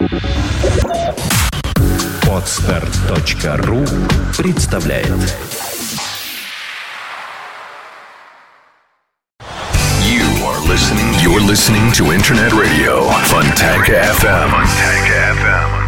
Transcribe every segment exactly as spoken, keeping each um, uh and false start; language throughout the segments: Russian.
Подстер точка ру представляет. You are listening. You're listening to Internet Radio Fontanka эф эм. Fontanka эф эм.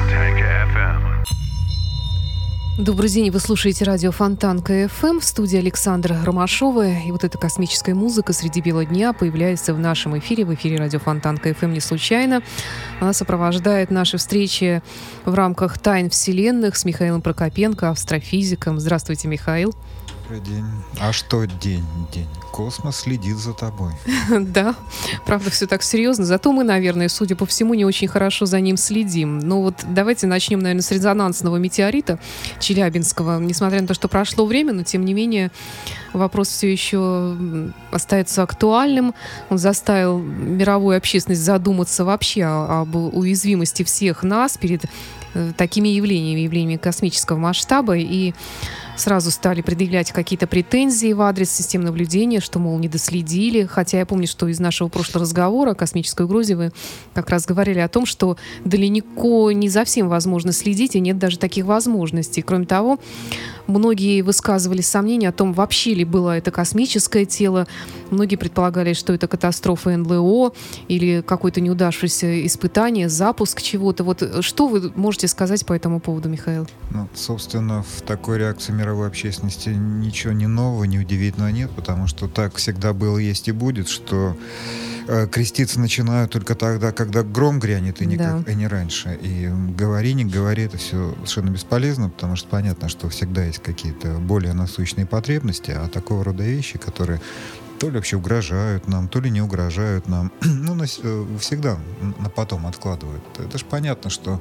Добрый день, вы слушаете радио Фонтанка эф эм, в студии Александра Ромашова. И вот эта космическая музыка среди бела дня появляется в нашем эфире, в эфире радио Фонтанка эф эм не случайно. Она сопровождает наши встречи в рамках «Тайн вселенных» с Михаилом Прокопенко, астрофизиком. Здравствуйте, Михаил. Добрый день. А что день, день? Космос следит за тобой. Да, правда, все так серьезно. Зато мы, наверное, судя по всему, не очень хорошо за ним следим. Ну вот давайте начнем, наверное, с резонансного метеорита Челябинского. Несмотря на то, что прошло время, но тем не менее вопрос все еще остается актуальным. Он заставил мировую общественность задуматься вообще об уязвимости всех нас перед такими явлениями, явлениями космического масштаба. И сразу стали предъявлять какие-то претензии в адрес систем наблюдения, что, мол, не доследили. Хотя я помню, что из нашего прошлого разговора о космической угрозе вы как раз говорили о том, что далеко не за всем возможно следить, и нет даже таких возможностей. Кроме того, многие высказывали сомнения о том, вообще ли было это космическое тело. Многие предполагали, что это катастрофа эн эл о или какое-то неудавшееся испытание, запуск чего-то. Вот что вы можете сказать по этому поводу, Михаил? Ну, собственно, в такой реакции мировой общественности ничего не нового, не удивительного нет, потому что так всегда было, есть и будет, что э, креститься начинают только тогда, когда гром грянет, и никак, да. и не раньше. И говори, не говори, это все совершенно бесполезно, потому что понятно, что всегда есть какие-то более насущные потребности, а такого рода вещи, которые то ли вообще угрожают нам, то ли не угрожают нам, ну, всегда на потом откладывают. Это же понятно, что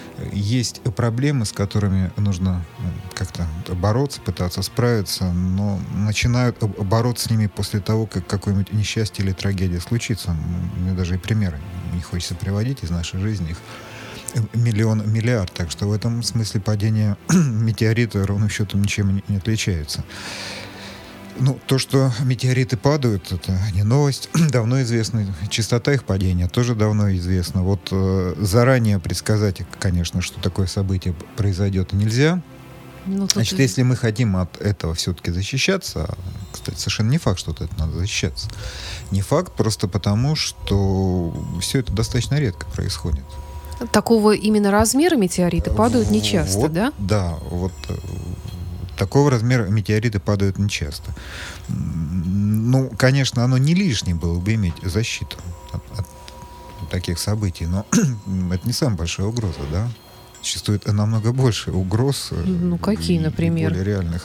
есть проблемы, с которыми нужно как-то бороться, пытаться справиться, но начинают бороться с ними после того, как какое-нибудь несчастье или трагедия случится. Мне даже и примеры не хочется приводить из нашей жизни, их миллион, миллиард. Так что в этом смысле падение метеорита ровным счетом ничем не отличается. Ну, то, что метеориты падают, это не новость, давно известно. Частота их падения тоже давно известна. Вот э, заранее предсказать, конечно, что такое событие произойдет, нельзя. Ну, Значит, и... если мы хотим от этого все-таки защищаться, кстати, совершенно не факт, что от этого надо защищаться. Не факт просто потому, что все это достаточно редко происходит. Такого именно размера метеориты падают нечасто, вот, да? Да, вот... Такого размера метеориты падают нечасто. Ну, конечно, оно не лишнее было бы иметь защиту от, от таких событий, но это не самая большая угроза, да? Существует намного больше угроз. Ну, какие, и, например? И более реальных.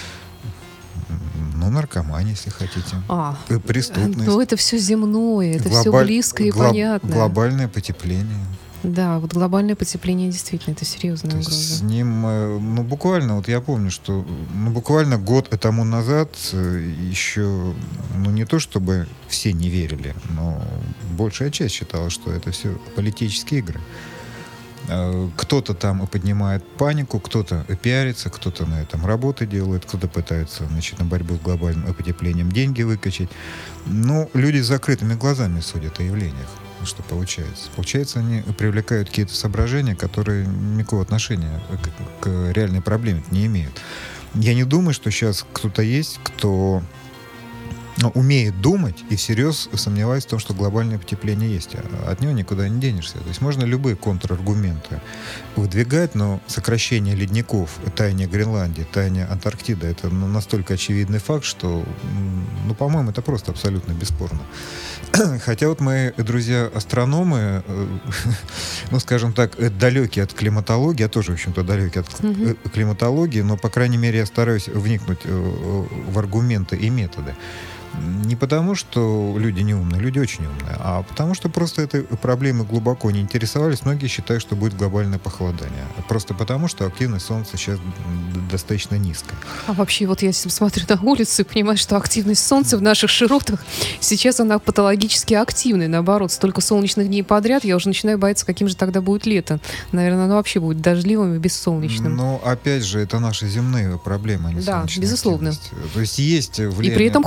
Ну, наркомания, если хотите. А, преступность. Ну, это все земное, это Глобаль... все близко и глоб... понятно. Глобальное потепление. Да, вот глобальное потепление действительно это серьезная То угроза. С ним, ну, буквально, вот я помню, что ну, буквально год тому назад еще, ну, не то чтобы все не верили, но большая часть считала, что это все политические игры. Кто-то там поднимает панику, кто-то пиарится, кто-то на этом работы делает, кто-то пытается, значит, на борьбу с глобальным потеплением деньги выкачать. Ну, люди с закрытыми глазами судят о явлениях. Что получается? Получается, они привлекают какие-то соображения, которые никакого отношения к, к реальной проблеме не имеют. Я не думаю, что сейчас кто-то есть, кто ну, умеет думать и всерьез сомневается в том, что глобальное потепление есть. От него никуда не денешься. То есть можно любые контраргументы выдвигать, но сокращение ледников, таяние Гренландии, таяние Антарктиды — это настолько очевидный факт, что, ну, по-моему, это просто абсолютно бесспорно. Хотя вот мои друзья-астрономы, ну, скажем так, далекие от климатологии, я тоже, в общем-то, далекий от mm-hmm. климатологии, но, по крайней мере, я стараюсь вникнуть в аргументы и методы. Не потому, что люди не умные, люди очень умные, а потому, что просто этой проблемой глубоко не интересовались. Многие считают, что будет глобальное похолодание. Просто потому, что активность Солнца сейчас достаточно низкая. А вообще, вот я смотрю на улицу и понимаю, что активность Солнца в наших широтах, сейчас она патологически активная. Наоборот, столько солнечных дней подряд, я уже начинаю бояться, каким же тогда будет лето. Наверное, оно вообще будет дождливым и бессолнечным. Но, опять же, это наши земные проблемы, а не да, солнечная безусловно. активность. То есть есть влияние... И при этом холодно.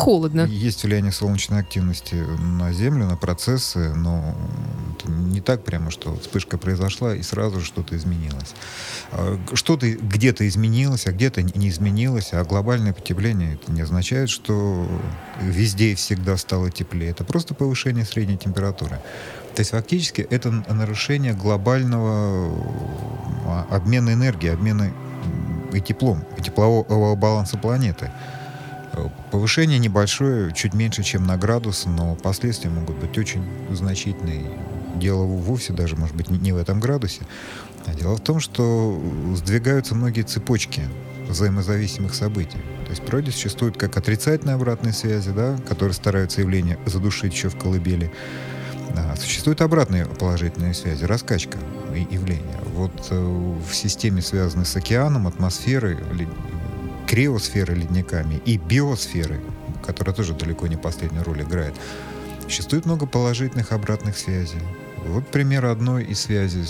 есть влияние солнечной активности на Землю, на процессы, но это не так прямо, что вспышка произошла и сразу же что-то изменилось. Что-то где-то изменилось, а где-то не изменилось, а глобальное потепление это не означает, что везде и всегда стало теплее. Это просто повышение средней температуры. То есть фактически это нарушение глобального обмена энергией, обмена и теплом, и теплового баланса планеты. Повышение небольшое, чуть меньше, чем на градус, но последствия могут быть очень значительные. Дело вовсе даже, может быть, не в этом градусе. А дело в том, что сдвигаются многие цепочки взаимозависимых событий. То есть в природе существуют как отрицательные обратные связи, да, которые стараются явление задушить еще в колыбели. А существуют обратные положительные связи, раскачка явления. Вот э, в системе, связанной с океаном, атмосферой, ли, криосферой, ледниками и биосферой, которая тоже далеко не последнюю роль играет, существует много положительных обратных связей. Вот пример одной из связей.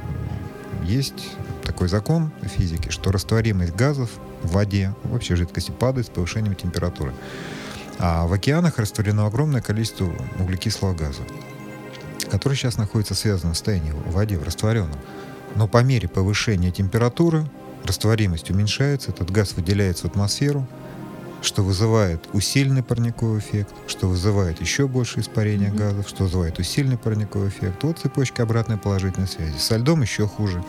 Есть такой закон физики, что растворимость газов в воде, вообще жидкости, падает с повышением температуры. А в океанах растворено огромное количество углекислого газа, который сейчас находится в связанном состоянии в воде, в растворенном. Но по мере повышения температуры растворимость уменьшается, этот газ выделяется в атмосферу, что вызывает усиленный парниковый эффект, что вызывает еще больше испарения mm-hmm. газов, что вызывает усиленный парниковый эффект. Вот цепочка обратной положительной связи. Со льдом еще хуже.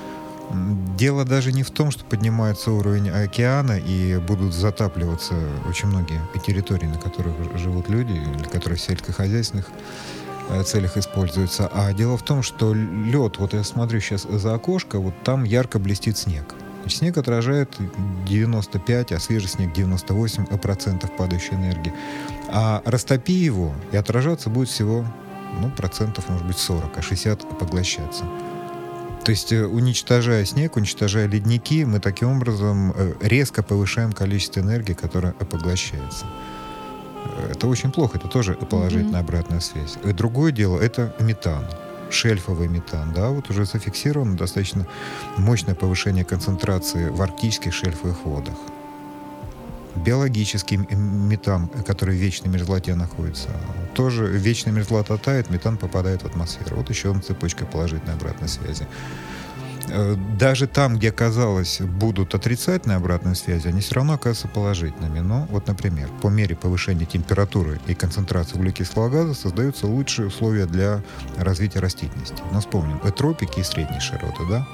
Дело даже не в том, что поднимается уровень океана и будут затапливаться очень многие территории, на которых живут люди, или которые в сельскохозяйственных целях используются. А дело в том, что лед, вот я смотрю сейчас за окошко, вот там ярко блестит снег. Значит, снег отражает девяносто пять, а свежий снег девяносто восемь процентов падающей энергии. А растопи его, и отражаться будет всего, ну, процентов, может быть, сорок, а шестьдесят поглощаться. То есть, уничтожая снег, уничтожая ледники, мы таким образом резко повышаем количество энергии, которая поглощается. Это очень плохо, это тоже положительная mm-hmm. обратная связь. И другое дело — это метан, шельфовый метан. Да, вот уже зафиксировано достаточно мощное повышение концентрации в арктических шельфовых водах. Биологический метан, который в вечной мерзлоте находится, тоже вечная мерзлота тает, метан попадает в атмосферу. Вот еще одна цепочка положительной обратной связи. Даже там, где, казалось, будут отрицательные обратные связи, они все равно оказываются положительными. Но, вот, например, по мере повышения температуры и концентрации углекислого газа создаются лучшие условия для развития растительности. Но вспомним, тропики и средние широты, да?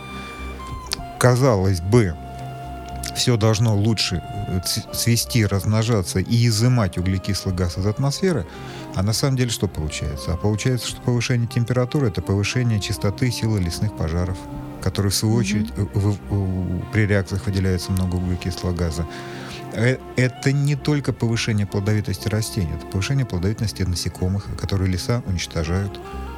Казалось бы, все должно лучше цвести, размножаться и изымать углекислый газ из атмосферы, а на самом деле что получается? А получается, что повышение температуры — это повышение частоты силы лесных пожаров, которые, в свою очередь, mm-hmm. в, в, при реакциях выделяется много углекислого газа. Это не только повышение плодовитости растений, это повышение плодовитости насекомых, которые леса уничтожают.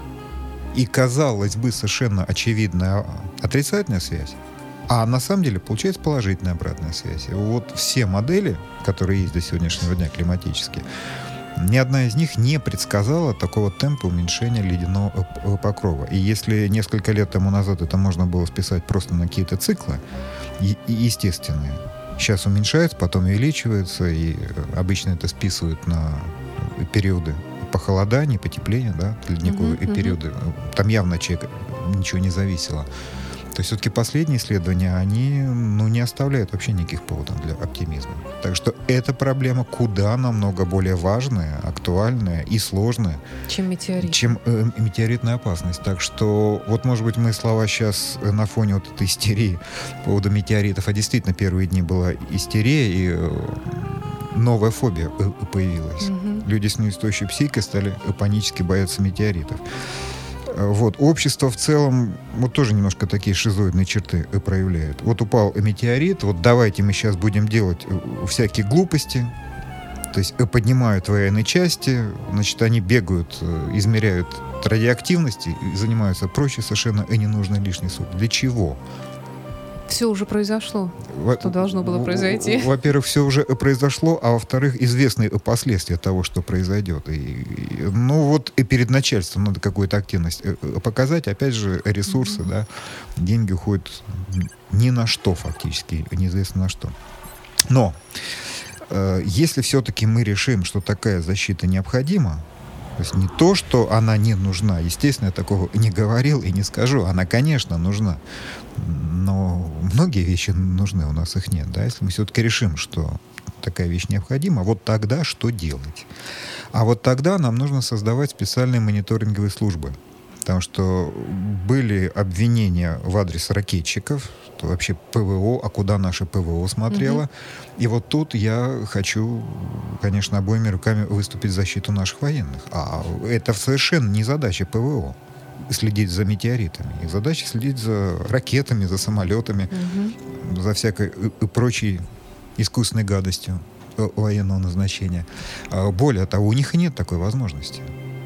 И, казалось бы, совершенно очевидная отрицательная связь, а на самом деле получается положительная обратная связь. И вот все модели, которые есть до сегодняшнего дня климатические, ни одна из них не предсказала такого темпа уменьшения ледяного покрова. И если несколько лет тому назад это можно было списать просто на какие-то циклы и, и естественные, сейчас уменьшается, потом увеличивается, и обычно это списывают на периоды похолодания, потепления, да, ледниковые uh-huh, периоды. Uh-huh. Там явно человек ничего не зависело. То есть все-таки последние исследования, они, ну, не оставляют вообще никаких поводов для оптимизма. Так что эта проблема куда намного более важная, актуальная и сложная, чем метеорит. Чем э, метеоритная опасность. Так что вот, может быть, мои слова сейчас на фоне вот этой истерии по поводу метеоритов, а действительно первые дни была истерия, и э, новая фобия появилась. Угу. Люди с неустойчивой психикой стали панически бояться метеоритов. Вот. Общество в целом вот тоже немножко такие шизоидные черты проявляет. Вот упал метеорит, вот давайте мы сейчас будем делать всякие глупости. То есть поднимают военные части, значит, они бегают, измеряют радиоактивность и занимаются прочей совершенно ненужной лишней сутью. Для чего? Все уже произошло, Во- что должно было произойти. Во-первых, все уже произошло, а во-вторых, известны последствия того, что произойдет. И, и, ну вот и перед начальством надо какую-то активность показать. Опять же, ресурсы, mm-hmm. да, деньги уходят ни на что фактически, неизвестно на что. Но Если все-таки мы решим, что такая защита необходима, то есть не то, что она не нужна, естественно, я такого не говорил и не скажу, она, конечно, нужна, но многие вещи нужны, у нас их нет, да, если мы все-таки решим, что такая вещь необходима, вот тогда что делать? А вот тогда нам нужно создавать специальные мониторинговые службы. Потому что были обвинения в адрес ракетчиков, что вообще ПВО, а куда наше ПВО смотрело. Mm-hmm. И вот тут я хочу, конечно, обоими руками выступить в защиту наших военных. А это совершенно не задача ПВО следить за метеоритами. Их задача следить за ракетами, за самолетами, mm-hmm. за всякой и прочей искусственной гадостью военного назначения. Более того, у них и нет такой возможности.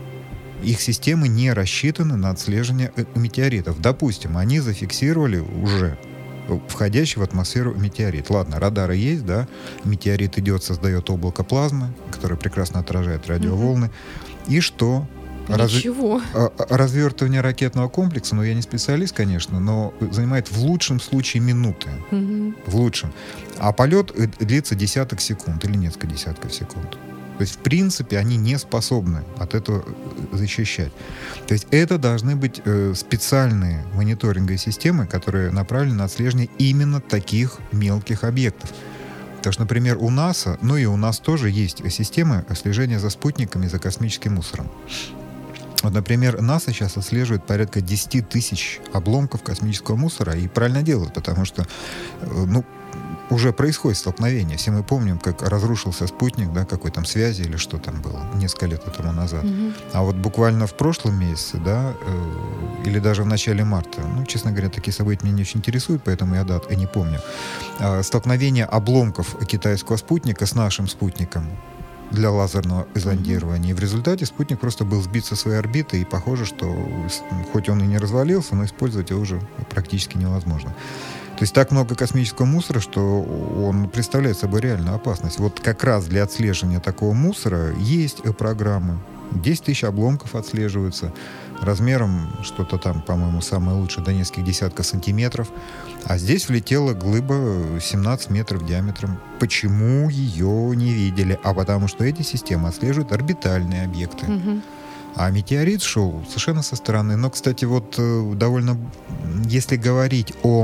Их системы не рассчитаны на отслеживание метеоритов. Допустим, они зафиксировали уже входящий в атмосферу метеорит. Ладно, радары есть, да, метеорит идет, создает облако плазмы, которое прекрасно отражает радиоволны. Mm-hmm. И что? Ничего. Раз... Развертывание ракетного комплекса, ну, я не специалист, конечно, но занимает в лучшем случае минуты. Mm-hmm. В лучшем. А полет длится десяток секунд или несколько десятков секунд. То есть, в принципе, они не способны от этого защищать. То есть, это должны быть э, специальные мониторинговые системы, которые направлены на отслеживание именно таких мелких объектов. Потому что, например, у НАСА, ну и у нас тоже есть системы слежения за спутниками, за космическим мусором. Вот, например, НАСА сейчас отслеживает порядка десять тысяч обломков космического мусора, и правильно делают, потому что, э, ну, уже происходит столкновение. Все мы помним, как разрушился спутник, да, какой там связи или что там было несколько лет тому назад. Mm-hmm. А вот буквально в прошлом месяце, да, э, или даже в начале марта, ну, честно говоря, такие события меня не очень интересуют, поэтому я дат и не помню. Э, столкновение обломков китайского спутника с нашим спутником для лазерного зондирования. Mm-hmm. И в результате спутник просто был сбит со своей орбиты, и похоже, что хоть он и не развалился, но использовать его уже практически невозможно. То есть так много космического мусора, что он представляет собой реальную опасность. Вот как раз для отслеживания такого мусора есть программы. десять тысяч обломков отслеживаются размером что-то там, по-моему, самое лучшее, до нескольких десятков сантиметров. А здесь влетела глыба семнадцать метров диаметром. Почему ее не видели? А потому что эти системы отслеживают орбитальные объекты. Mm-hmm. А метеорит шел совершенно со стороны. Но, кстати, вот довольно... Если говорить о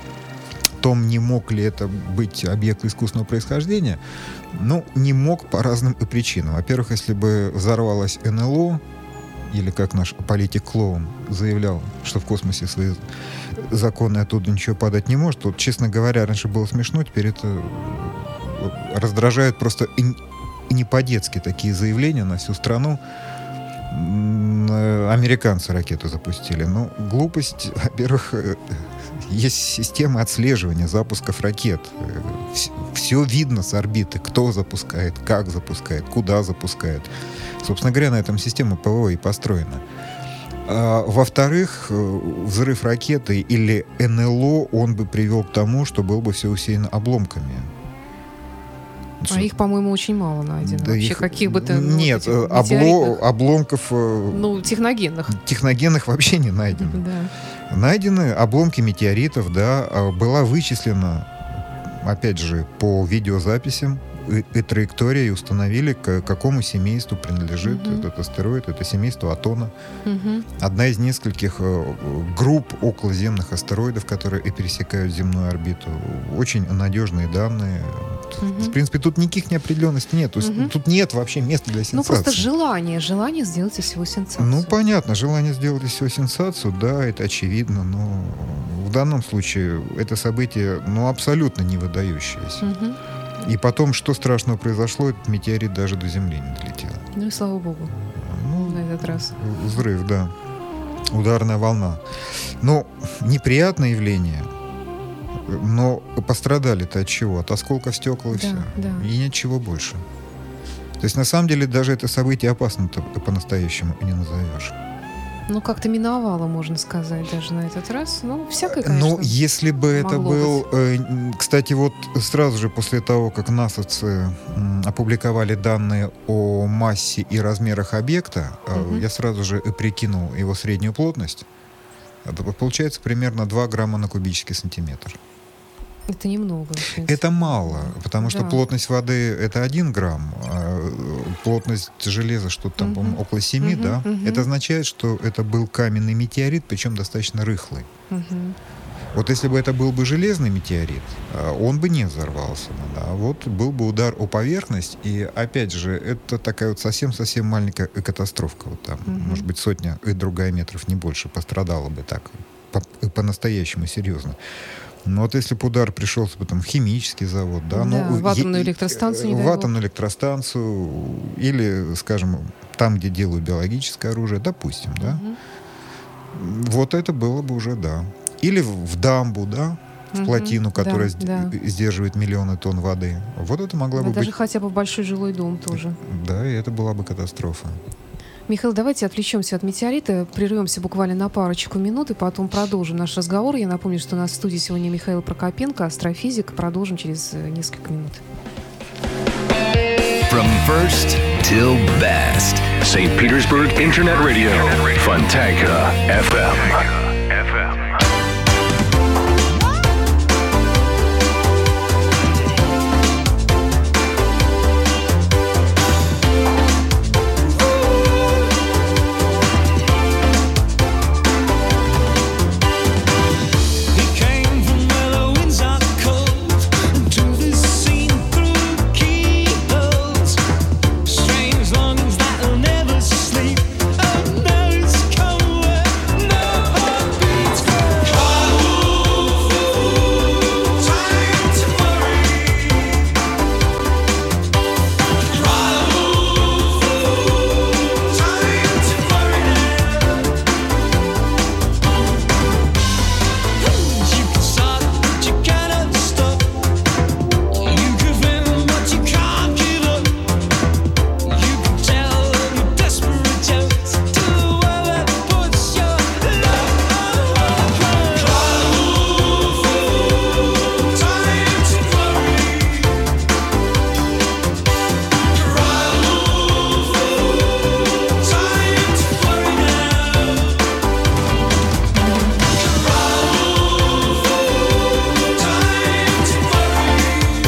том, не мог ли это быть объект искусственного происхождения, ну, не мог по разным причинам. Во-первых, если бы взорвалось эн эл о, или как наш политик-клоун заявлял, что в космосе свои законы, оттуда ничего падать не может, вот, честно говоря, раньше было смешно, теперь это раздражает просто и, и не по-детски такие заявления на всю страну. Американцы ракету запустили. Ну, глупость, во-первых, есть система отслеживания запусков ракет. Все видно с орбиты, кто запускает, как запускает, куда запускает. Собственно говоря, на этом система ПВО и построена. А, во-вторых, взрыв ракеты или эн эл о, он бы привел к тому, что было бы все усеяно обломками. А их, по-моему, очень мало найдено. Да вообще, их... каких бы то... Нет, ну, обло... обломков... Ну, техногенных. Техногенных вообще не найдено. Да. Найдены обломки метеоритов, да. Была вычислена, опять же, по видеозаписям и, и траектория, и установили, к какому семейству принадлежит uh-huh. этот астероид. Это семейство Атона. Uh-huh. Одна из нескольких групп околоземных астероидов, которые и пересекают земную орбиту. Очень надежные данные. Uh-huh. В принципе, тут никаких неопределенностей нет. Uh-huh. Тут нет вообще места для сенсации. Ну, просто желание. Желание сделать из всего сенсацию. Ну, понятно. Желание сделать из всего сенсацию, да, это очевидно. Но в данном случае это событие, ну, абсолютно не выдающееся. Uh-huh. И потом, что страшного произошло, этот метеорит даже до Земли не долетел. Ну и слава богу. Ну, на этот раз. Взрыв, да. Ударная волна. Ну, неприятное явление. Но пострадали-то от чего? От осколков стекла и да, все. Да. И ничего больше. То есть, на самом деле, даже это событие опасно-то по-настоящему не назовешь. Ну, как-то миновало, можно сказать, даже на этот раз. Ну, всякое, конечно. Ну, если бы это был... Э, кстати, вот сразу же после того, как насовцы э, опубликовали данные о массе и размерах объекта, э, угу. я сразу же прикинул его среднюю плотность. Это получается примерно два грамма на кубический сантиметр. Это немного. в принципе. Это мало, потому что Да. плотность воды это один грамм, а плотность железа что-то там, Мгм. по-моему, около семи, Мгм, да? мгм. Это означает, что это был каменный метеорит, причем достаточно рыхлый. Мгм. Вот если бы это был бы железный метеорит, а, он бы не взорвался. бы, Да? Вот был бы удар о поверхность, и опять же, это такая вот совсем-совсем маленькая катастрофка. Вот там, Мгм. может быть, сотня и другая метров, не больше, пострадала бы так, по- по-настоящему серьезно. Но вот если бы удар пришелся бы там в химический завод, да, Да, ну, в атомную е- электростанцию, не в дай бог. атомную электростанцию или, скажем, там, где делают биологическое оружие, допустим, да, Мгм. вот это было бы уже, да. Или в, в дамбу, да, в Мгм. плотину, которая Да, сд- да. сдерживает миллионы тонн воды. Вот это могла Да, бы даже быть... хотя бы большой жилой дом тоже. Да, и это была бы катастрофа. Михаил, давайте отвлечемся от метеорита, прервемся буквально на парочку минут и потом продолжим наш разговор. Я напомню, что у нас в студии сегодня Михаил Прокопенко, астрофизик. Продолжим через э, несколько минут. From first till best. Saint Petersburg Internet Radio. Fontanka эф эм. He came from where the winds are cold, to this scene through keyholes. Strange longings that'll never sleep. Oh, now it's come where no heart beats. Time to worry. Time to worry now. You can start, but you cannot stop. You can win, but you can't give up. You can tell your desperate jokes to whoever puts your love on. Time to worry. Time to worry now. Time to worry.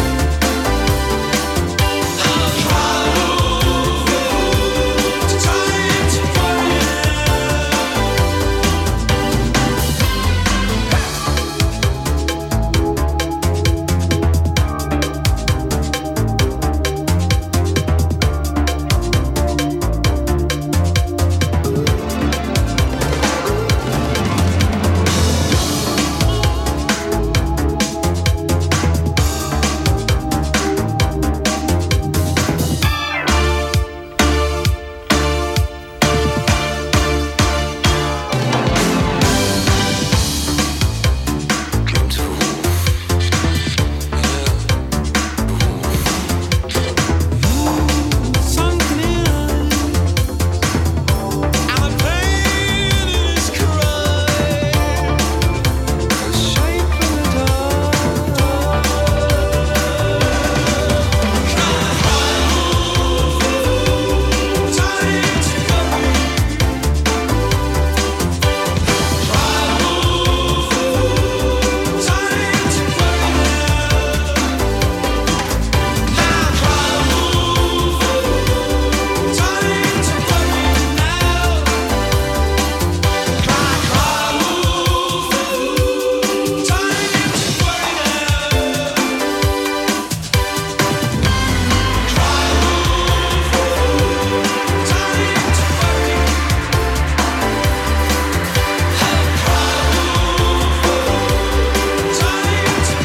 Time to Sunken in, and the pain is crying. The shape of the dark. Time to worry. Time to Time to worry now. Time to worry now. Time to worry. Time to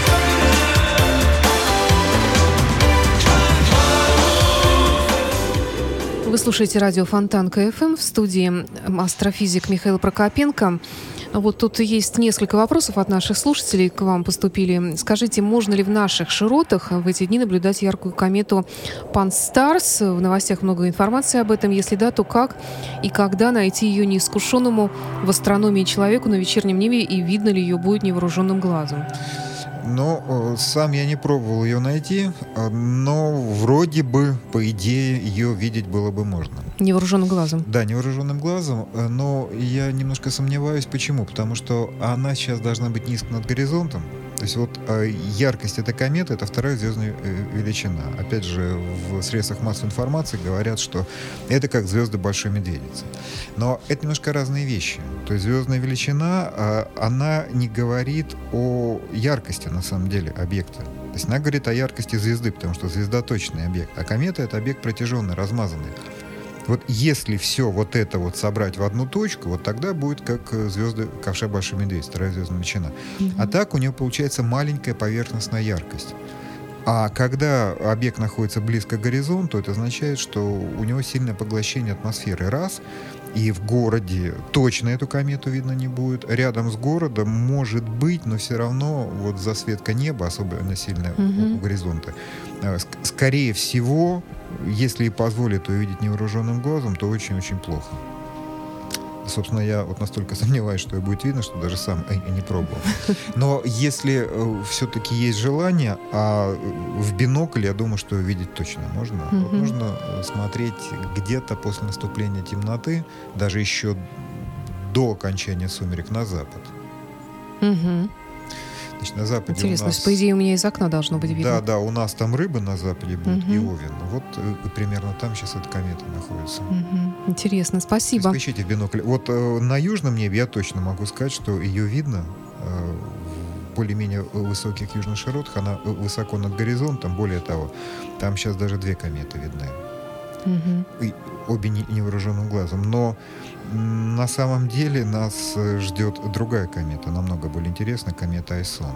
Вы слушаете радио Фонтанка эф эм, в студии астрофизик Михаил Прокопенко. Вот тут есть несколько вопросов от наших слушателей к вам поступили. Скажите, можно ли в наших широтах в эти дни наблюдать яркую комету Пан-Старс? В новостях много информации об этом. Если да, то как и когда найти ее неискушенному в астрономии человеку на вечернем небе, и видно ли ее будет невооруженным глазом? Но э, сам я не пробовал ее найти, э, но вроде бы, по идее, ее видеть было бы можно. Невооруженным глазом. Да, невооруженным глазом, э, но я немножко сомневаюсь. Почему? Потому что она сейчас должна быть низко над горизонтом. То есть вот э, яркость этой кометы — это вторая звездная э, величина. Опять же, в средствах массовой информации говорят, что это как звезды Большой Медведицы. Но это немножко разные вещи. То есть звездная величина, э, она не говорит о яркости, на самом деле, объекта. То есть она говорит о яркости звезды, потому что звезда — точный объект. А комета — это объект протяженный, размазанный. Вот если все вот это вот собрать в одну точку, вот тогда будет как звезды ковша Большой Медведицы, вторая звездная величина. Mm-hmm. А так у нее получается маленькая поверхностная яркость. А когда объект находится близко к горизонту, это означает, что у него сильное поглощение атмосферы. Раз. И в городе точно эту комету видно не будет. Рядом с городом может быть, но все равно вот засветка неба, особенно сильная mm-hmm. у горизонта, скорее всего, если и позволит увидеть невооруженным глазом, то очень-очень плохо. Собственно, я вот настолько сомневаюсь, что и будет видно, что даже сам и не пробовал. Но если э, все-таки есть желание, а в бинокль, я думаю, что видеть точно можно. Mm-hmm. Вот нужно смотреть где-то после наступления темноты, даже еще до окончания сумерек, на запад. Mm-hmm. Значит, на западе Интересно, у нас... по идее, у меня из окна должно быть видно. Да, да, у нас там рыбы на западе будут, Угу. и Овен. Вот э, примерно там сейчас эта комета находится. Угу. Интересно, спасибо. Поищите в бинокль. Вот э, на южном небе я точно могу сказать, что ее видно э, в более-менее высоких южных широтах. Она высоко над горизонтом. Более того, там сейчас даже две кометы видны. Угу. И обе не, невооруженным глазом. Но на самом деле нас ждет другая комета, намного более интересная, комета Айсон.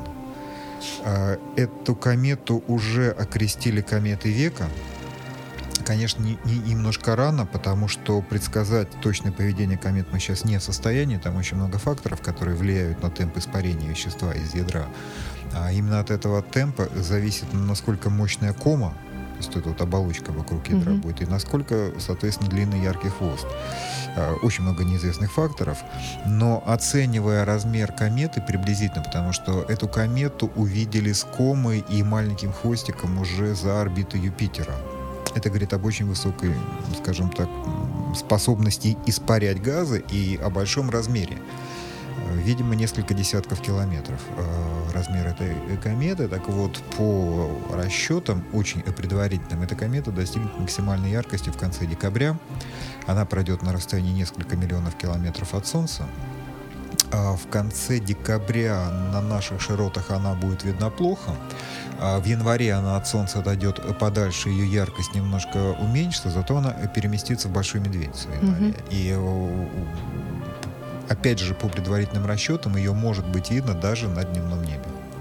Эту комету уже окрестили кометой века. Конечно, не, не, немножко рано, потому что предсказать точное поведение комет мы сейчас не в состоянии. Там очень много факторов, которые влияют на темп испарения вещества из ядра. А именно от этого темпа зависит, насколько мощная кома, то есть эта вот оболочка вокруг ядра mm-hmm. будет, и насколько, соответственно, длинный яркий хвост. Очень много неизвестных факторов, но оценивая размер кометы приблизительно, потому что эту комету увидели с комой и маленьким хвостиком уже за орбитой Юпитера. Это говорит об очень высокой, скажем так, способности испарять газы и о большом размере. Видимо, несколько десятков километров размер этой кометы. Так вот, по расчетам, очень предварительным, эта комета достигнет максимальной яркости в конце декабря. Она пройдет на расстоянии несколько миллионов километров от Солнца. А в конце декабря на наших широтах она будет видна плохо. А в январе она от Солнца отойдет подальше, ее яркость немножко уменьшится, зато она переместится в Большую Медведицу в январе. Mm-hmm. И опять же, по предварительным расчетам, ее может быть видно даже на дневном небе.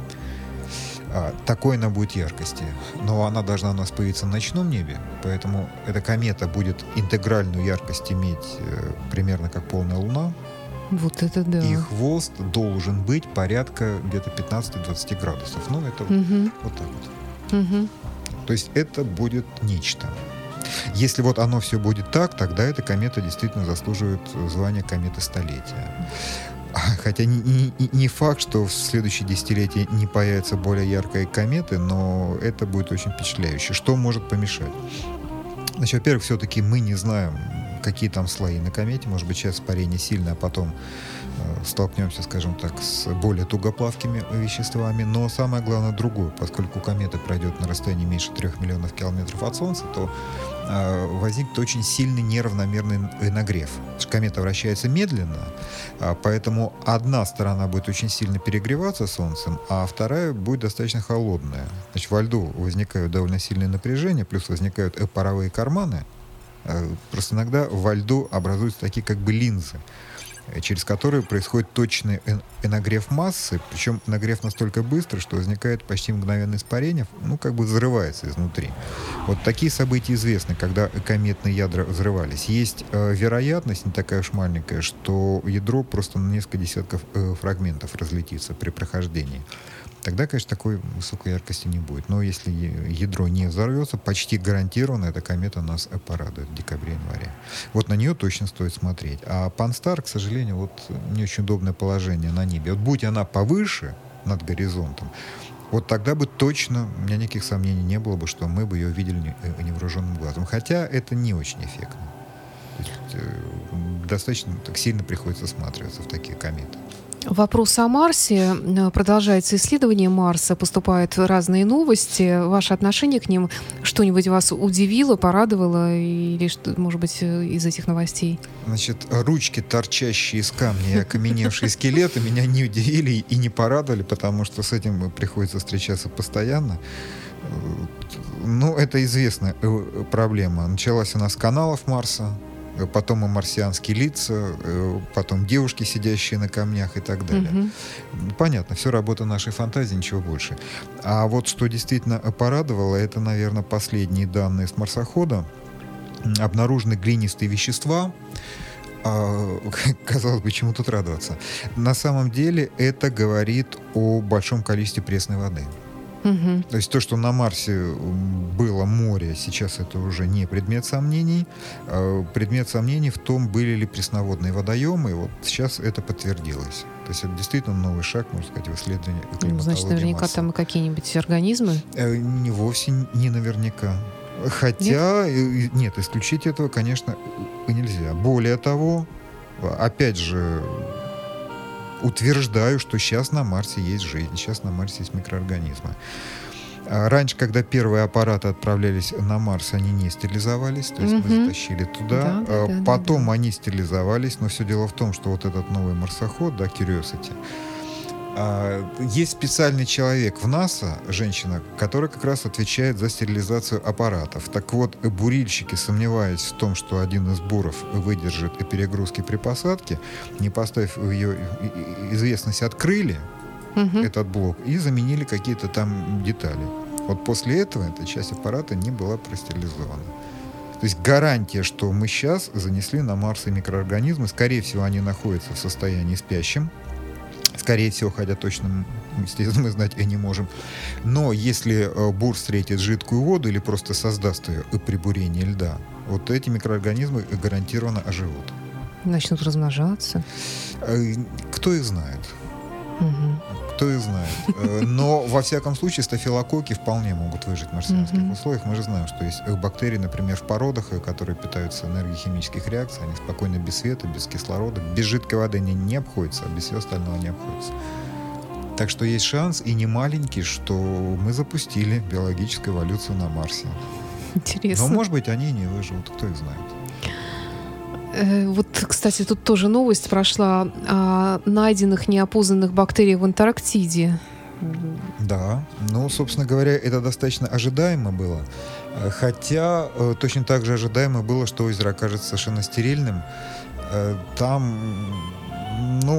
А, такой она будет яркости. Но она должна у нас появиться на ночном небе, поэтому эта комета будет интегральную яркость иметь э, примерно как полная луна. Вот это да. И хвост должен быть порядка где-то пятнадцать-двадцать градусов. Ну, это угу. вот так вот. Угу. То есть это будет нечто. Если вот оно все будет так, тогда эта комета действительно заслуживает звания кометы столетия. Хотя не, не, не факт, что в следующее десятилетие не появятся более яркие кометы, но это будет очень впечатляюще. Что может помешать? Значит, во-первых, все-таки мы не знаем, какие там слои на комете. Может быть, сейчас испарение сильное, а потом э, столкнемся, скажем так, с более тугоплавкими веществами. Но самое главное другое. Поскольку комета пройдет на расстоянии меньше трех миллионов километров от Солнца, то э, возникнет очень сильный неравномерный нагрев. Комета вращается медленно, э, поэтому одна сторона будет очень сильно перегреваться Солнцем, а вторая будет достаточно холодная. Значит, во льду возникают довольно сильные напряжения, плюс возникают паровые карманы. Просто иногда во льду образуются такие как бы линзы, через которые происходит точный нагрев массы, причем нагрев настолько быстрый, что возникает почти мгновенное испарение, ну, как бы взрывается изнутри. Вот такие события известны, когда кометные ядра взрывались. Есть э, вероятность, не такая уж маленькая, что ядро просто на несколько десятков э, фрагментов разлетится при прохождении. Тогда, конечно, такой высокой яркости не будет. Но если ядро не взорвется, почти гарантированно эта комета нас порадует в декабре-январе. Вот на нее точно стоит смотреть. А Пан-Стар, к сожалению, вот не очень удобное положение на небе. Вот будь она повыше над горизонтом, вот тогда бы точно, у меня никаких сомнений не было бы, что мы бы ее видели невооруженным глазом. Хотя это не очень эффектно. То есть, э, достаточно так сильно приходится всматриваться в такие кометы. Вопрос о Марсе. Продолжается исследование Марса, поступают разные новости. Ваше отношение к ним, что-нибудь вас удивило, порадовало, или, что, может быть, из этих новостей? Значит, ручки, торчащие из камня и окаменевшие скелеты, меня не удивили и не порадовали, потому что с этим приходится встречаться постоянно. Ну, это известная проблема. Началась она с каналов Марса, потом и марсианские лица, потом девушки, сидящие на камнях и так далее. Мгм. Понятно, все работа нашей фантазии, ничего больше. А вот что действительно порадовало, это, наверное, последние данные с марсохода. Обнаружены глинистые вещества. А, казалось бы, чему тут радоваться. На самом деле это говорит о большом количестве пресной воды. Мгм. То есть то, что на Марсе было море, сейчас это уже не предмет сомнений. А предмет сомнений в том, были ли пресноводные водоемы. И вот сейчас это подтвердилось. То есть это действительно новый шаг, можно сказать, в исследовании Ну, климатологии значит, наверняка Марса. там и какие-нибудь организмы. Э, Не вовсе не наверняка. Хотя, э, нет, исключить этого, конечно, и нельзя. Более того, опять же, утверждаю, что сейчас на Марсе есть жизнь, сейчас на Марсе есть микроорганизмы. А раньше, когда первые аппараты отправлялись на Марс, они не стерилизовались, то есть мы Мгм. затащили туда. Да, да, А да, да, Потом они стерилизовались, но все дело в том, что вот этот новый марсоход, да, Curiosity, а, есть специальный человек в НАСА, женщина, которая как раз отвечает за стерилизацию аппаратов. Так вот, бурильщики, сомневаясь в том, что один из буров выдержит перегрузки при посадке, не поставив ее и- и- известность, открыли Мгм. этот блок и заменили какие-то там детали. Вот после этого эта часть аппарата не была простерилизована. То есть гарантия, что мы сейчас занесли на Марс и микроорганизмы, скорее всего, они находятся в состоянии спящем. Скорее всего, хотя точно, естественно, мы знать и не можем. Но если э, бур встретит жидкую воду или просто создаст ее при бурении льда, вот эти микроорганизмы гарантированно оживут. Начнут размножаться. Э, Кто их знает? Мгм. Кто их знает. Э, Но, во всяком случае, стафилококки вполне могут выжить в марсианских Мгм. условиях. Мы же знаем, что есть э, бактерии, например, в породах, э, которые питаются энергией химических реакций. Они спокойно без света, без кислорода, без жидкой воды они не обходятся, а без всего остального не обходятся. Так что есть шанс, и не маленький, что мы запустили биологическую эволюцию на Марсе. Интересно. Но, может быть, они и не выживут, кто их знает. Э, Вот, кстати, тут тоже новость прошла о найденных неопознанных бактериях в Антарктиде. Да, ну, собственно говоря, это достаточно ожидаемо было. Э, Хотя э, точно так же ожидаемо было, что озеро окажется совершенно стерильным. Э, Там, м, ну,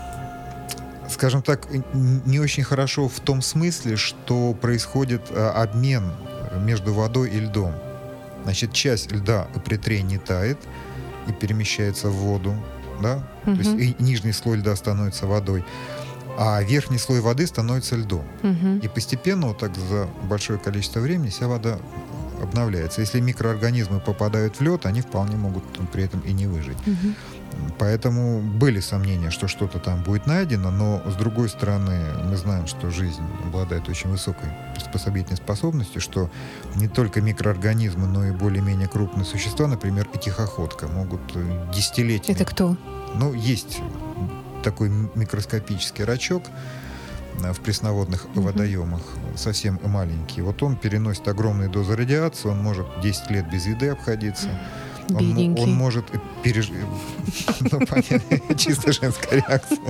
скажем так, н- не очень хорошо в том смысле, что происходит э, обмен между водой и льдом. Значит, часть льда при трении тает и перемещается в воду, да? То есть Мгм. и нижний слой льда становится водой, а верхний слой воды становится льдом. Мгм. И постепенно, вот так за большое количество времени, вся вода обновляется. Если микроорганизмы попадают в лед, они вполне могут там при этом и не выжить. Мгм. Поэтому были сомнения, что что-то там будет найдено, но, с другой стороны, мы знаем, что жизнь обладает очень высокой приспособительной способностью, что не только микроорганизмы, но и более-менее крупные существа, например, и тихоходка, могут э, десятилетиями... Это кто? Ну, есть такой м- микроскопический рачок э, в пресноводных Мгм. водоемах, совсем маленький. Вот он переносит огромные дозы радиации, он может десять лет без еды обходиться. Он, мо- Бедненький. он может пережить... Ну, понятно, чисто женская реакция.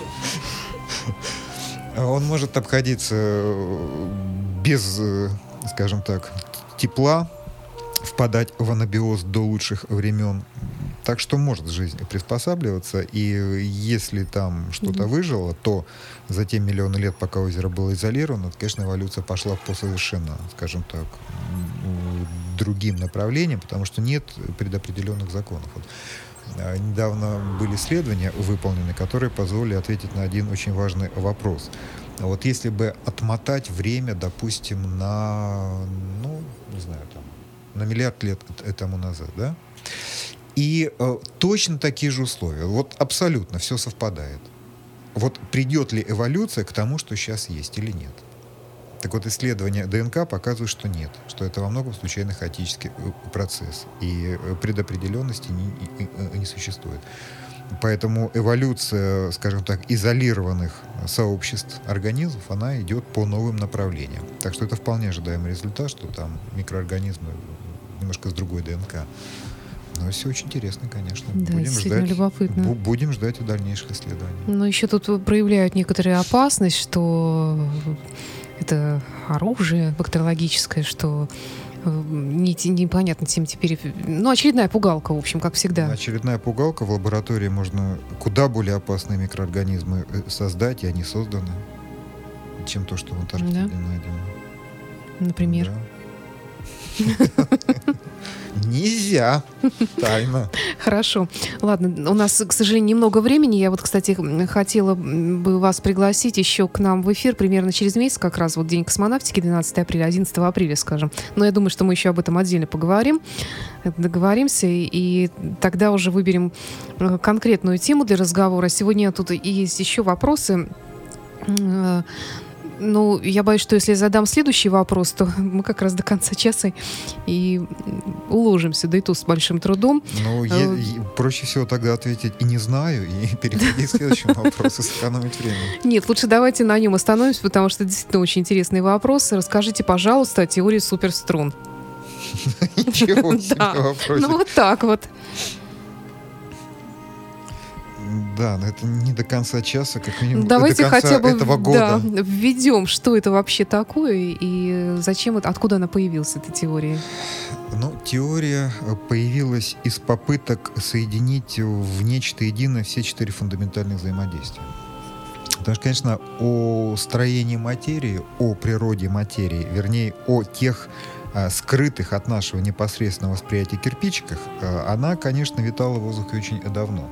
Он может обходиться э, без, э, скажем так, тепла, впадать в анабиоз до лучших времен. Так что может жизнь приспосабливаться, и если там что-то Мгм. выжило, то за те миллионы лет, пока озеро было изолировано, то, конечно, эволюция пошла по совершенно, скажем так, м, другим направлениям, потому что нет предопределенных законов. Вот, а, недавно были исследования выполнены, которые позволили ответить на один очень важный вопрос. Вот если бы отмотать время, допустим, на, ну, не знаю, там, на миллиард лет т- тому назад, да? И э, точно такие же условия. Вот абсолютно все совпадает. Вот придет ли эволюция к тому, что сейчас есть, или нет? Так вот, исследования ДНК показывают, что нет, что это во многом случайно-хаотический э, процесс, и э, предопределенности не, и- и- не существует. Поэтому эволюция, скажем так, изолированных сообществ организмов, она идет по новым направлениям. Так что это вполне ожидаемый результат, что там микроорганизмы немножко с другой ДНК. Но все очень интересно, конечно. Да, будем действительно ждать, любопытно. бу- будем ждать и дальнейших исследований. Но еще тут проявляют некоторую опасность, что это оружие бактериологическое, что э, не, те- непонятно тем теперь... Ну, очередная пугалка, в общем, как всегда. Очередная пугалка. В лаборатории можно куда более опасные микроорганизмы э, создать, и они созданы, чем то, что в Антарктиде Да. найдено. Например. Да. Нельзя. Тайна. Хорошо. Ладно, у нас, к сожалению, немного времени. Я вот, кстати, хотела бы вас пригласить еще к нам в эфир примерно через месяц, как раз вот День космонавтики, двенадцатого апреля, одиннадцатого апреля, скажем. Но я думаю, что мы еще об этом отдельно поговорим, договоримся, и тогда уже выберем э, конкретную тему для разговора. Сегодня тут и есть еще вопросы. Э, Ну, я боюсь, что если я задам следующий вопрос, то мы как раз до конца часа и уложимся, да и то с большим трудом. Ну, е- е- проще всего тогда ответить и не знаю, и переходить к следующему вопросу, сэкономить время. Нет, лучше давайте на нем остановимся, потому что это действительно очень интересные вопросы. Расскажите, пожалуйста, о теории суперструн. Ничего себе Да. вопросик. Ну, вот так вот. Да, но это не до конца часа, как минимум Давайте до конца хотя бы этого года. да, введем, что это вообще такое и зачем это, откуда она появилась, эта теория. Ну, теория э, появилась из попыток соединить в нечто единое все четыре фундаментальных взаимодействия. Потому что, конечно, о строении материи, о природе материи, вернее, о тех э, скрытых от нашего непосредственного восприятия кирпичиках, э, она, конечно, витала в воздухе очень давно.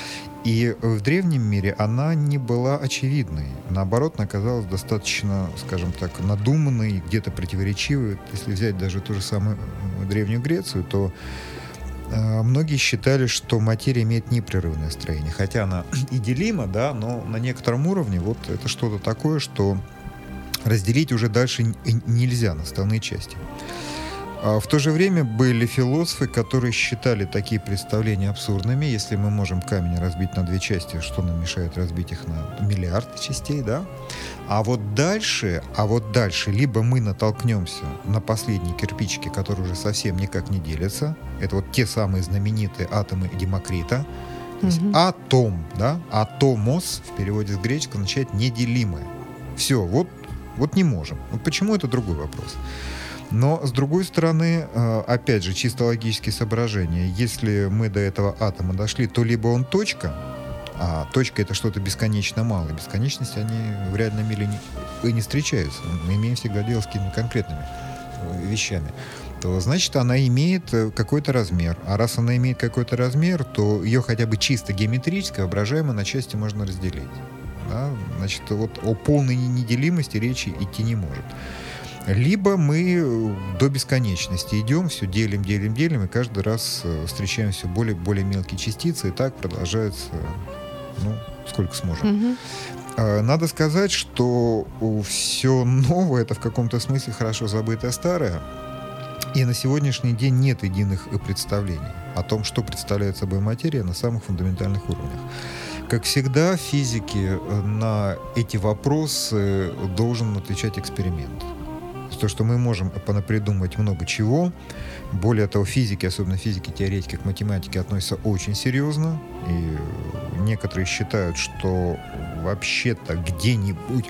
И в древнем мире она не была очевидной. Наоборот, она оказалась достаточно, скажем так, надуманной, где-то противоречивой. Если взять даже ту же самую Древнюю Грецию, то э, многие считали, что материя имеет непрерывное строение. Хотя она и делима, да, но на некотором уровне вот это что-то такое, что разделить уже дальше н- нельзя на составные части. А в то же время были философы, которые считали такие представления абсурдными. Если мы можем камень разбить на две части, что нам мешает разбить их на миллиард частей, да? А вот дальше, а вот дальше, либо мы натолкнемся на последние кирпичики, которые уже совсем никак не делятся. Это вот те самые знаменитые атомы Демокрита. То есть Мгм. атом, да? Атомос в переводе с греческого означает неделимое. Все, вот, вот не можем. Вот почему, это другой вопрос. Но, с другой стороны, э, опять же, чисто логические соображения. Если мы до этого атома дошли, то либо он точка, а точка — это что-то бесконечно малое. Бесконечности, они в реальном мире не, не встречаются. Мы имеем всегда дело с какими-то конкретными э, вещами. То, значит, она имеет э, какой-то размер. А раз она имеет какой-то размер, то ее хотя бы чисто геометрически, воображаемо, на части можно разделить. Да? Значит, вот о полной неделимости речи идти не может. Либо мы до бесконечности идем, все делим, делим, делим, и каждый раз э, встречаем все более, более мелкие частицы, и так продолжается, ну, сколько сможем. Мгм. А, Надо сказать, что все новое — это в каком-то смысле хорошо забытое старое, и на сегодняшний день нет единых представлений о том, что представляет собой материя на самых фундаментальных уровнях. Как всегда, в физике э, на эти вопросы должен отвечать эксперимент. То, что мы можем понапридумывать много чего. Более того, физики, особенно физики-теоретики, к математике относятся очень серьезно. И некоторые считают, что вообще-то где-нибудь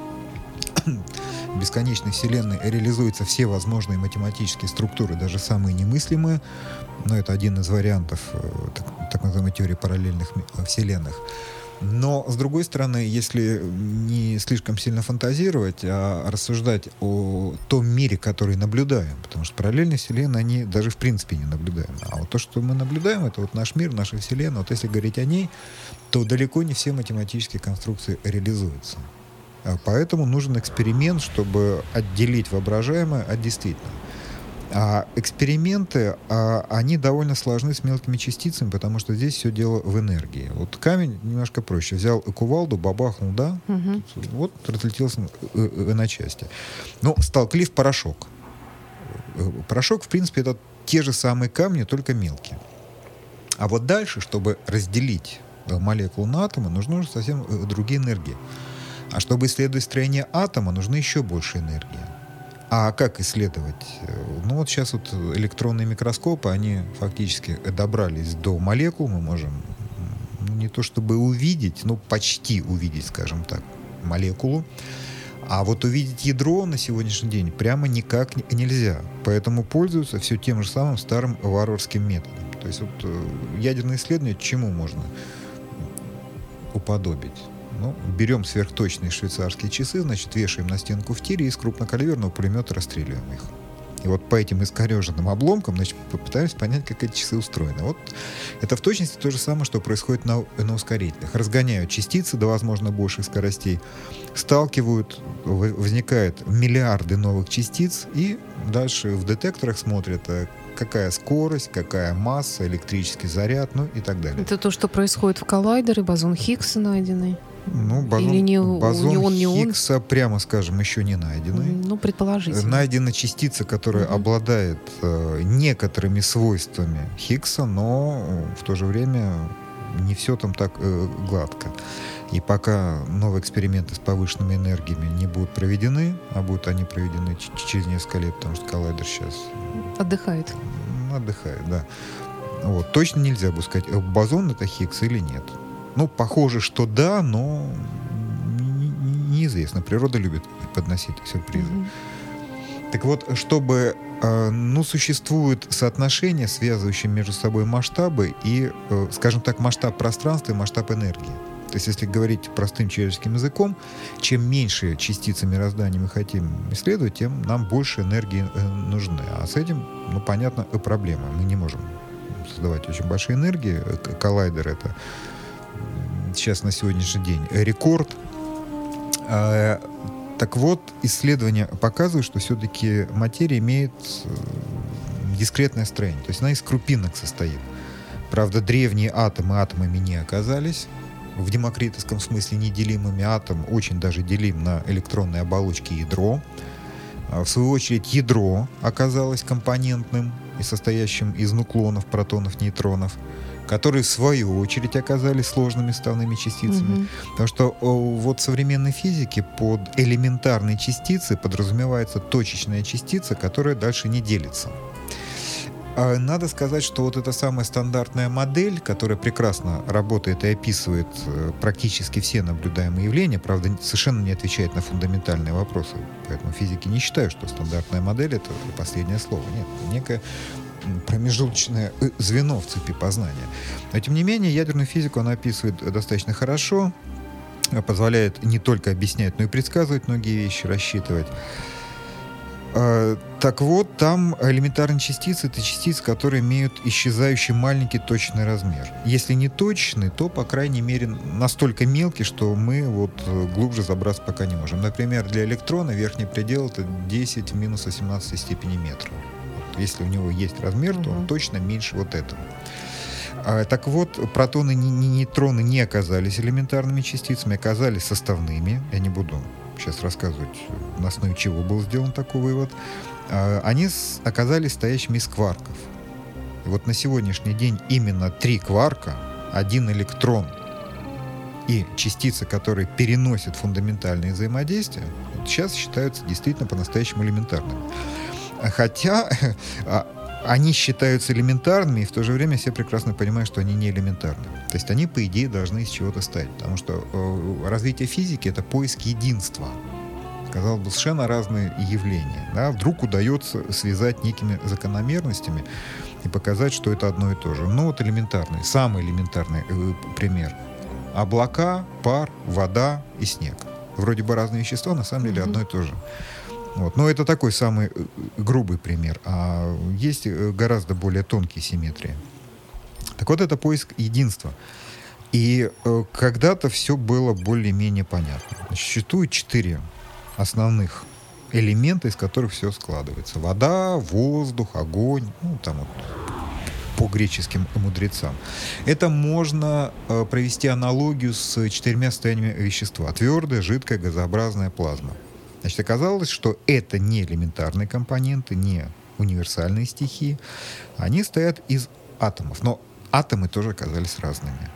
в бесконечной вселенной реализуются все возможные математические структуры, даже самые немыслимые. Но это один из вариантов э, так, так называемой теории параллельных ми- вселенных. Но, с другой стороны, если не слишком сильно фантазировать, а рассуждать о том мире, который наблюдаем, потому что параллельные вселенные, они даже в принципе не наблюдаем. А вот то, что мы наблюдаем, это вот наш мир, наша вселенная. Вот если говорить о ней, то далеко не все математические конструкции реализуются. А поэтому нужен эксперимент, чтобы отделить воображаемое от действительного. А эксперименты, а, они довольно сложны с мелкими частицами, потому что здесь все дело в энергии. Вот камень немножко проще. Взял кувалду, бабахнул, да, Мгм. тут вот разлетелся э, э, на части. Ну, столкли в порошок. Э, Порошок, в принципе, это те же самые камни, только мелкие. А вот дальше, чтобы разделить э, молекул на атомы, нужны уже совсем э, другие энергии. А чтобы исследовать строение атома, нужны еще больше энергии. А как исследовать? Ну вот сейчас вот электронные микроскопы, они фактически добрались до молекул, мы можем ну, не то чтобы увидеть, но почти увидеть, скажем так, молекулу. А вот увидеть ядро на сегодняшний день прямо никак не- нельзя. Поэтому пользуются все тем же самым старым варварским методом. То есть вот э, ядерное исследование чему можно уподобить? Ну, берем сверхточные швейцарские часы, значит, вешаем на стенку в тире и из крупнокалиберного пулемета расстреливаем их. И вот по этим искореженным обломкам, значит, попытаемся понять, как эти часы устроены. Вот это в точности то же самое, что происходит на, на ускорителях. Разгоняют частицы до, возможно, больших скоростей, сталкивают, в- возникают миллиарды новых частиц, и дальше в детекторах смотрят, а какая скорость, какая масса, электрический заряд, ну и так далее. Это то, что происходит в коллайдере, бозон Хиггса найденный. Ну, бозон, Или не у- бозон неон, неон? Хиггса, прямо скажем, еще не найденный. Ну, предположительно. Найдена частица, которая Мгм. обладает э, некоторыми свойствами Хиггса, но э, в то же время не все там так э, гладко. И пока новые эксперименты с повышенными энергиями не будут проведены, а будут они проведены ч- через несколько лет, потому что коллайдер сейчас Отдыхает. м, отдыхает, да. Вот. Точно нельзя будет сказать, э, бозон это Хиггс или нет. Ну, похоже, что да, но н- н- неизвестно. Природа любит подносить сюрпризы. Мгм. Так вот, чтобы, э, ну, существует соотношение, связывающее между собой масштабы и, э, скажем так, масштаб пространства и масштаб энергии. То есть, если говорить простым человеческим языком, чем меньше частицы мироздания мы хотим исследовать, тем нам больше энергии э, нужны. А с этим, ну, понятно, и проблема. Мы не можем создавать очень большие энергии. Э, к- Коллайдер — это м, сейчас на сегодняшний день рекорд. А, Так вот, исследования показывают, что все-таки материя имеет э, дискретное строение. То есть она из крупинок состоит. Правда, древние атомы атомами не оказались. В демокритовском смысле неделимыми. Атом очень даже делим на электронные оболочки и ядро. А в свою очередь, ядро оказалось компонентным и состоящим из нуклонов, протонов, нейтронов, которые в свою очередь оказались сложными составными частицами. Мгм. Потому что о, вот в современной физике под элементарной частицей подразумевается точечная частица, которая дальше не делится. А надо сказать, что вот эта самая стандартная модель, которая прекрасно работает и описывает э, практически все наблюдаемые явления, правда, совершенно не отвечает на фундаментальные вопросы. Поэтому физики не считают, что стандартная модель — это последнее слово. Нет, это некое м, промежуточное э, звено в цепи познания. Но, тем не менее, ядерную физику она описывает э, достаточно хорошо, э, позволяет не только объяснять, но и предсказывать многие вещи, рассчитывать. Э, Так вот, там элементарные частицы — это частицы, которые имеют исчезающий маленький точный размер. Если не точный, то, по крайней мере, настолько мелкий, что мы вот э, глубже забраться пока не можем. Например, для электрона верхний предел — это десять в минус восемнадцатой степени метра. Вот если у него есть размер, то он Мгм. точно меньше вот этого. А, Так вот, протоны и нейтроны не оказались элементарными частицами, оказались составными. Я не буду сейчас рассказывать, на основе чего был сделан такой вывод. А, Они с- оказались стоящими из кварков. И вот на сегодняшний день именно три кварка, один электрон и частицы, которые переносят фундаментальные взаимодействия, вот сейчас считаются действительно по-настоящему элементарными. Хотя а, они считаются элементарными, и в то же время все прекрасно понимают, что они не элементарны. То есть они, по идее, должны из чего-то стать. Потому что э, развитие физики — это поиск единства. Казалось бы, совершенно разные явления. Да? Вдруг удается связать некими закономерностями и показать, что это одно и то же. Ну вот элементарный, самый элементарный э, пример. Облака, пар, вода и снег. Вроде бы разные вещества, на самом деле Мгм. одно и то же. Вот. Но это такой самый э, грубый пример. А есть э, гораздо более тонкие симметрии. Так вот, это поиск единства. И э, когда-то все было более-менее понятно. Существует четыре основных элемента, из которых все складывается. Вода, воздух, огонь, ну, там вот, по греческим мудрецам. Это можно э, провести аналогию с четырьмя состояниями вещества. Твердое, жидкое, газообразное, плазма. Значит, оказалось, что это не элементарные компоненты, не универсальные стихии. Они стоят из атомов. Но атомы тоже оказались разными.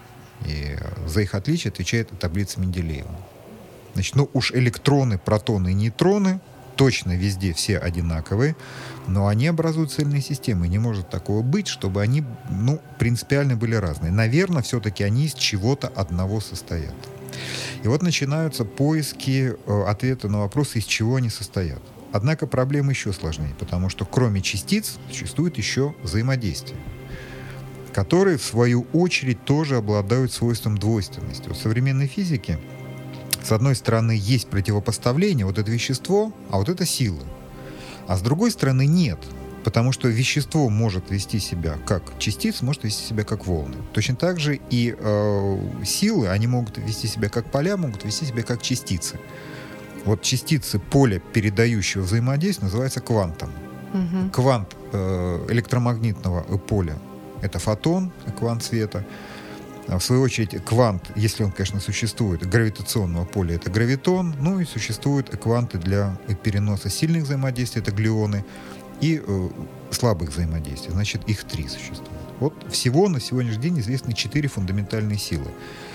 И за их отличие отвечает таблица Менделеева. Значит, ну уж электроны, протоны и нейтроны точно везде все одинаковые, но они образуют цельные системы. И не может такого быть, чтобы они, ну, принципиально были разные. Наверное, все-таки они из чего-то одного состоят. И вот начинаются поиски э, ответа на вопрос, из чего они состоят. Однако проблема еще сложнее, потому что кроме частиц существует еще взаимодействие, которые, в свою очередь, тоже обладают свойством двойственности. Вот в современной физике, с одной стороны, есть противопоставление, вот это вещество, а вот это сила. А с другой стороны, нет. Потому что вещество может вести себя как частица, может вести себя как волны. Точно так же и э, силы, они могут вести себя как поля, могут вести себя как частицы. Вот частицы поля, передающего взаимодействия, называется квантом. Мгм. Квант э, электромагнитного поля — это фотон, квант света. А в свою очередь, квант, если он, конечно, существует, гравитационного поля — это гравитон. Ну и существуют кванты для переноса сильных взаимодействий — это глюоны, и э, слабых взаимодействий. Значит, их три существует. Вот всего на сегодняшний день известны четыре фундаментальные силы.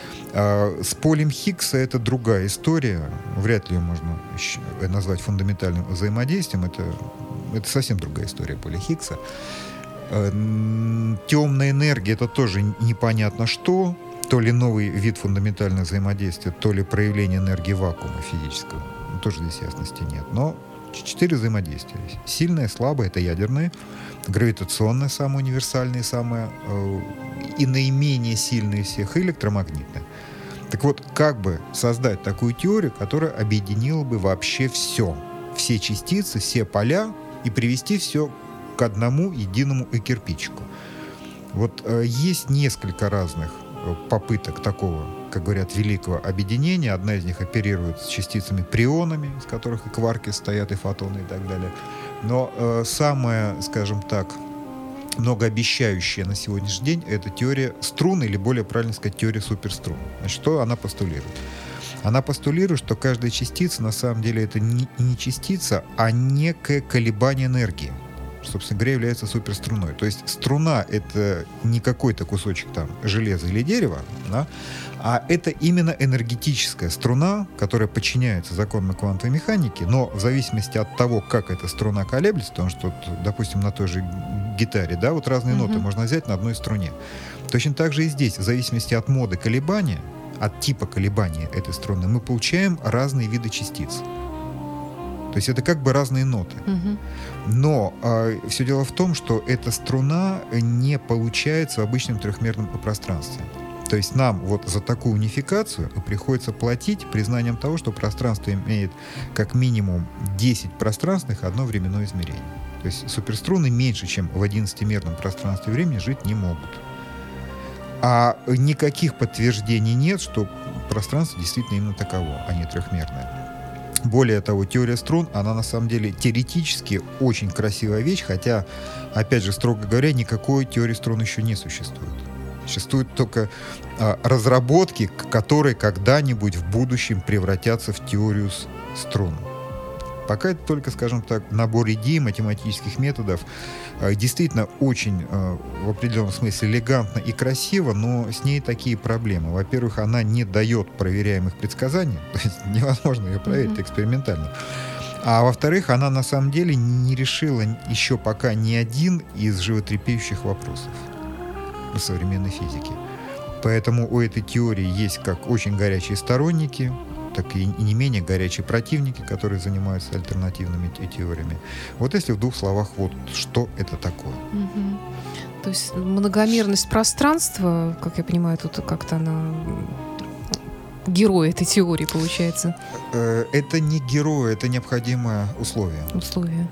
А с полем Хиггса это другая история. Вряд ли ее можно щ- назвать фундаментальным взаимодействием. Это, это совсем другая история поля Хиггса. Э, м, Темная энергия — это тоже н- непонятно что. То ли новый вид фундаментального взаимодействия, то ли проявление энергии вакуума физического. Ну, тоже здесь ясности нет. Но ч- четыре взаимодействия. Сильное, слабое — это ядерное. Гравитационное — самое универсальное, самое э, и наименее сильное из всех — и электромагнитное. Так вот, как бы создать такую теорию, которая объединила бы вообще все? Все частицы, все поля, и привести все к одному единому кирпичику. Вот э, есть несколько разных э, попыток такого, как говорят, великого объединения. Одна из них оперирует с частицами-прионами, из которых и кварки стоят, и фотоны, и так далее. Но э, самое, скажем так, многообещающая на сегодняшний день — это теория струн, или более правильно сказать, теория суперструн. Значит, что она постулирует? Она постулирует, что каждая частица на самом деле это не, не частица, а некое колебание энергии. Собственно говоря, является суперструной. То есть струна — это не какой-то кусочек там железа или дерева, да, а это именно энергетическая струна, которая подчиняется законам квантовой механики, но в зависимости от того, как эта струна колеблется, потому что, допустим, на той же гитаре, да, вот разные Мгм. ноты можно взять на одной струне. Точно так же и здесь, в зависимости от моды колебания, от типа колебания этой струны, мы получаем разные виды частиц. То есть это как бы разные ноты. Мгм. Но э, все дело в том, что эта струна не получается в обычном трехмерном пространстве. То есть нам вот за такую унификацию приходится платить признанием того, что пространство имеет как минимум десять пространственных, одно временное измерение. То есть суперструны меньше, чем в одиннадцатимерном пространстве времени, жить не могут. А никаких подтверждений нет, что пространство действительно именно таково, а не трехмерное. Более того, теория струн, она на самом деле теоретически очень красивая вещь, хотя, опять же, строго говоря, никакой теории струн еще не существует. Существуют только а, разработки, к- которые когда-нибудь в будущем превратятся в теорию с- струн. Пока это только, скажем так, набор идей, математических методов. А, Действительно очень, а, в определенном смысле, элегантно и красиво, но с ней такие проблемы. Во-первых, она не дает проверяемых предсказаний, то есть невозможно ее проверить Мгм. экспериментально. А во-вторых, она на самом деле не решила еще пока ни один из животрепещущих вопросов в современной физике. Поэтому у этой теории есть как очень горячие сторонники, так и и не менее горячие противники, которые занимаются альтернативными те- теориями. Вот если в двух словах, вот что это такое. Мгм. То есть многомерность пространства, как я понимаю, тут как-то она м, герой этой теории, получается, Э, Это не герой, это необходимое условие. условия.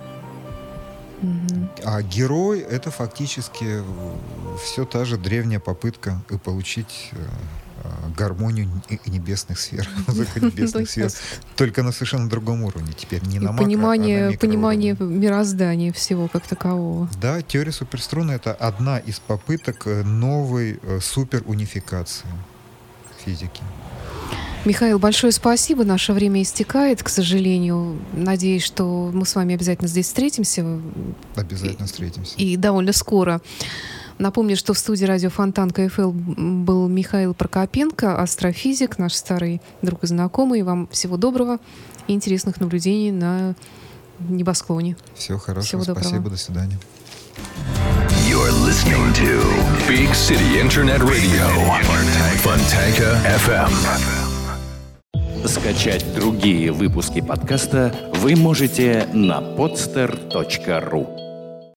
Мгм. А герой — это фактически все та же древняя попытка э, получить э, э, гармонию н- небесных сфер, музыку небесных сфер, только на совершенно другом уровне. Теперь не И на макро, а на понимание, микроуровне. понимание мироздания всего как такового. Да, теория суперструны — это одна из попыток э, новой э, суперунификации физики. Михаил, большое спасибо. Наше время истекает, к сожалению. Надеюсь, что мы с вами обязательно здесь встретимся Обязательно встретимся. и довольно скоро. Напомню, что в студии радио Фонтан КФЛ был Михаил Прокопенко, астрофизик, наш старый друг и знакомый. Вам всего доброго и интересных наблюдений на небосклоне. Всего хорошего, Всего доброго. спасибо, до свидания. You're listening to Big City Internet Radio. Fontanka эф эм. Скачать другие выпуски подкаста вы можете на podster точка ру.